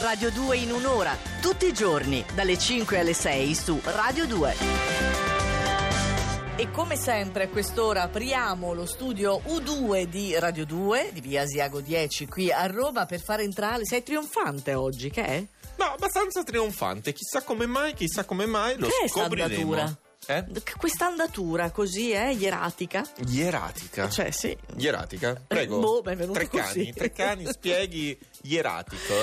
Radio 2 in un'ora, tutti i giorni, dalle 5 alle 6 su Radio 2. E come sempre a quest'ora apriamo lo studio U2 di Radio 2, di via Asiago 10 qui a Roma, per far entrare... Sei trionfante oggi, che è? No, abbastanza trionfante, chissà come mai lo che scopriremo. Che è questa andatura così, ieratica? Ieratica? Cioè, sì. Ieratica? Prego. Benvenuto così. Tre cani, spieghi ieratico.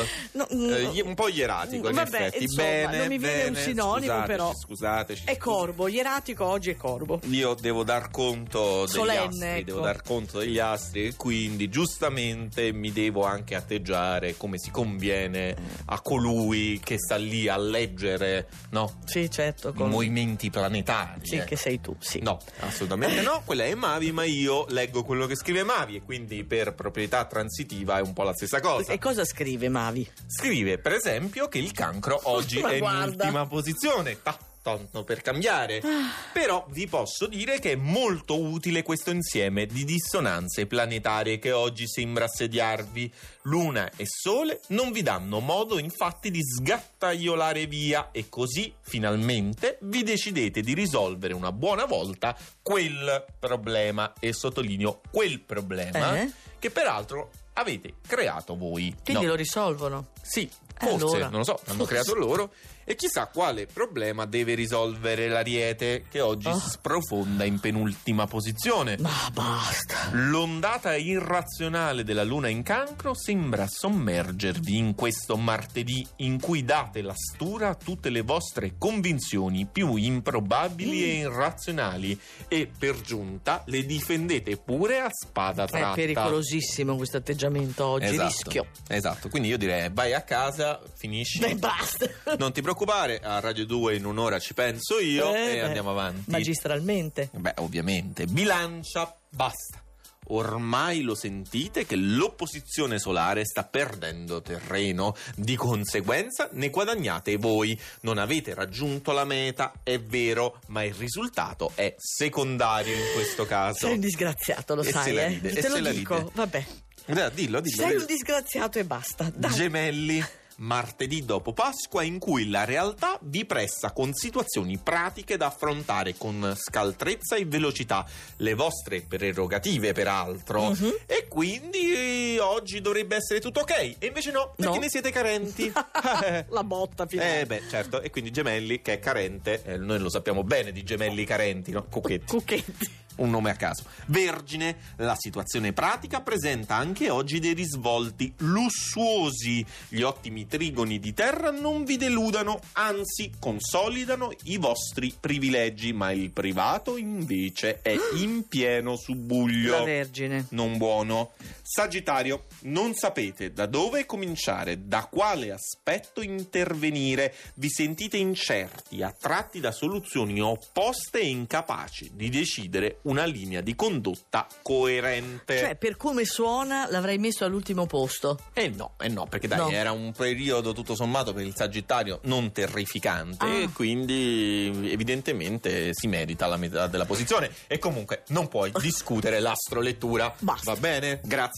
Un po' ieratico, in vabbè, effetti. Insomma, bene, non mi viene un sinonimo, però. Scusateci. È corvo, ieratico oggi è corvo. Io devo dar conto degli Solenne, astri, ecco. devo dar conto degli astri, e quindi giustamente mi devo anche atteggiare come si conviene a colui che sta lì a leggere, no? Sì, certo. I movimenti planetari. Sì, che sei tu, sì. No, assolutamente no, quella è Mavi, ma io leggo quello che scrive Mavi e quindi per proprietà transitiva è un po' la stessa cosa. E cosa scrive Mavi? Scrive per esempio che il cancro oggi è in ultima posizione. Tanto per cambiare. Però vi posso dire che è molto utile questo insieme di dissonanze planetarie che oggi sembra assediarvi. Luna e Sole non vi danno modo infatti di sgattaiolare via, e così finalmente vi decidete di risolvere una buona volta quel problema, e sottolineo quel problema, che peraltro avete creato voi. Quindi lo risolvono? Sì, forse, allora. non lo so, l'hanno creato loro. E chissà quale problema deve risolvere l'Ariete, che oggi sprofonda in penultima posizione. Ma basta. L'ondata irrazionale della Luna in Cancro sembra sommergervi in questo martedì, in cui date la stura a tutte le vostre convinzioni più improbabili e irrazionali, e per giunta le difendete pure a spada tratta. È pericolosissimo questo atteggiamento oggi, esatto, rischio. Esatto, quindi io direi vai a casa, finisci. Beh, basta. Non ti preoccupare, a Radio 2 in un'ora ci penso io e andiamo avanti. Magistralmente. Beh, ovviamente. Bilancia, basta. Ormai lo sentite che l'opposizione solare sta perdendo terreno, di conseguenza ne guadagnate voi. Non avete raggiunto la meta, è vero, ma il risultato è secondario in questo caso. Sei un disgraziato, lo E sai, se la ride, te e lo se la dico, ride. vabbè. Dillo. Sei un disgraziato e basta. Dai. Gemelli. Martedì dopo Pasqua, in cui la realtà vi pressa con situazioni pratiche da affrontare con scaltrezza e velocità, le vostre prerogative peraltro, e quindi oggi dovrebbe essere tutto ok, e invece no, perché ne siete carenti. La botta finale. Beh, certo, e quindi Gemelli, che è carente, noi lo sappiamo bene di gemelli carenti, no? Cucchetti. Un nome a caso. Vergine, la situazione pratica presenta anche oggi dei risvolti lussuosi. Gli ottimi trigoni di terra non vi deludano, anzi consolidano i vostri privilegi, ma il privato invece è in pieno subbuglio. La Vergine. Non buono. Sagittario, non sapete da dove cominciare, da quale aspetto intervenire, vi sentite incerti, attratti da soluzioni opposte e incapaci di decidere una linea di condotta coerente. Cioè, per come suona l'avrei messo all'ultimo posto. No, perché dai, era un periodo tutto sommato per il Sagittario non terrificante, e quindi evidentemente si merita la metà della posizione. E comunque non puoi discutere l'astrolettura. Basta. Va bene? Grazie.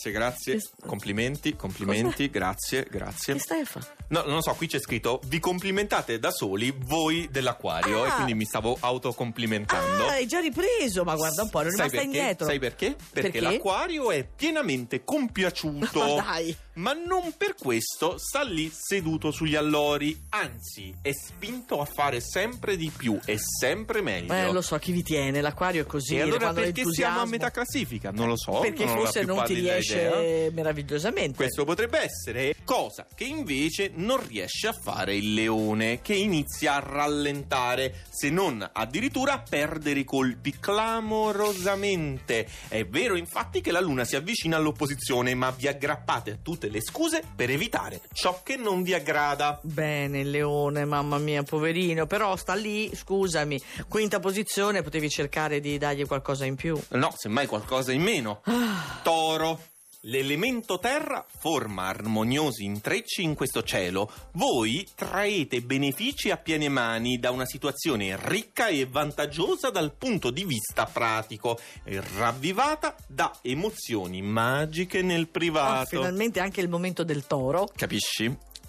Complimenti, grazie. Che stai a fare? No, non lo so, qui c'è scritto: vi complimentate da soli voi dell'Acquario, e quindi mi stavo autocomplimentando. Hai già ripreso, ma guarda un po', ero rimasta indietro. Sai perché? Perché l'Acquario è pienamente compiaciuto. Ma dai. Ma non per questo sta lì seduto sugli allori, anzi è spinto a fare sempre di più e sempre meglio. Lo so, chi vi tiene, l'Acquario è così. E allora perché l'entusiasmo... siamo a metà classifica? Non lo so. Perché forse non ti riesce meravigliosamente. Questo potrebbe essere, cosa che invece non riesce a fare il Leone, che inizia a rallentare, se non addirittura a perdere i colpi clamorosamente. È vero infatti che la Luna si avvicina all'opposizione, ma vi aggrappate a tutte le scuse per evitare ciò che non vi aggrada. Bene, il Leone, mamma mia, poverino, però sta lì, scusami, quinta posizione, potevi cercare di dargli qualcosa in più. No, semmai qualcosa in meno. Toro. L'elemento terra forma armoniosi intrecci in questo cielo. Voi traete benefici a piene mani da una situazione ricca e vantaggiosa dal punto di vista pratico e ravvivata da emozioni magiche nel privato. Finalmente anche il momento del toro. Capisci?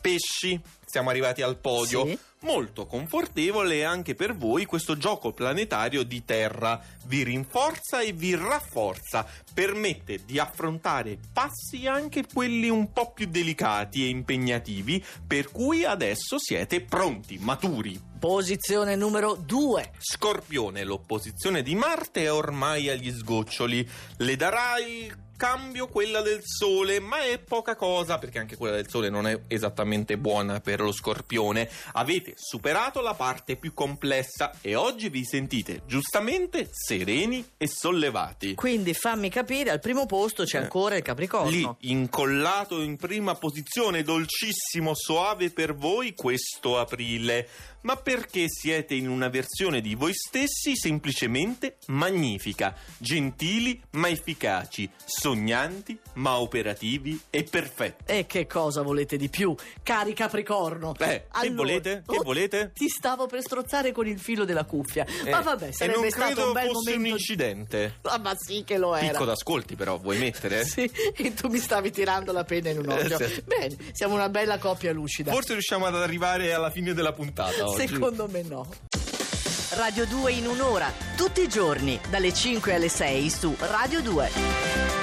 pesci. Siamo arrivati al podio. Sì. Molto confortevole anche per voi questo gioco planetario di terra. Vi rinforza e vi rafforza. Permette di affrontare passi anche quelli un po' più delicati e impegnativi, per cui adesso siete pronti, maturi. Posizione numero 2. Scorpione, l'opposizione di Marte è ormai agli sgoccioli. Le darai cambio quella del Sole, ma è poca cosa, perché anche quella del Sole non è esattamente buona per lo Scorpione. Avete superato la parte più complessa e oggi vi sentite giustamente sereni e sollevati. Quindi fammi capire, al primo posto c'è ancora il Capricorno. Lì, incollato in prima posizione, dolcissimo, soave per voi questo aprile. Ma perché siete in una versione di voi stessi semplicemente magnifica, gentili ma efficaci, sognanti ma operativi e perfetti. E che cosa volete di più, cari Capricorno? Che volete? Che volete? Ti stavo per strozzare con il filo della cuffia, ma vabbè, sarebbe stato un bel fosse momento. un incidente. Ah, ma sì che lo era. Picco d'ascolti però, vuoi mettere? Sì, e tu mi stavi tirando la penna in un occhio. Sì. Bene, siamo una bella coppia lucida. Forse riusciamo ad arrivare alla fine della puntata oggi. Secondo me no. Radio 2 in un'ora, tutti i giorni, dalle 5 alle 6 su Radio 2.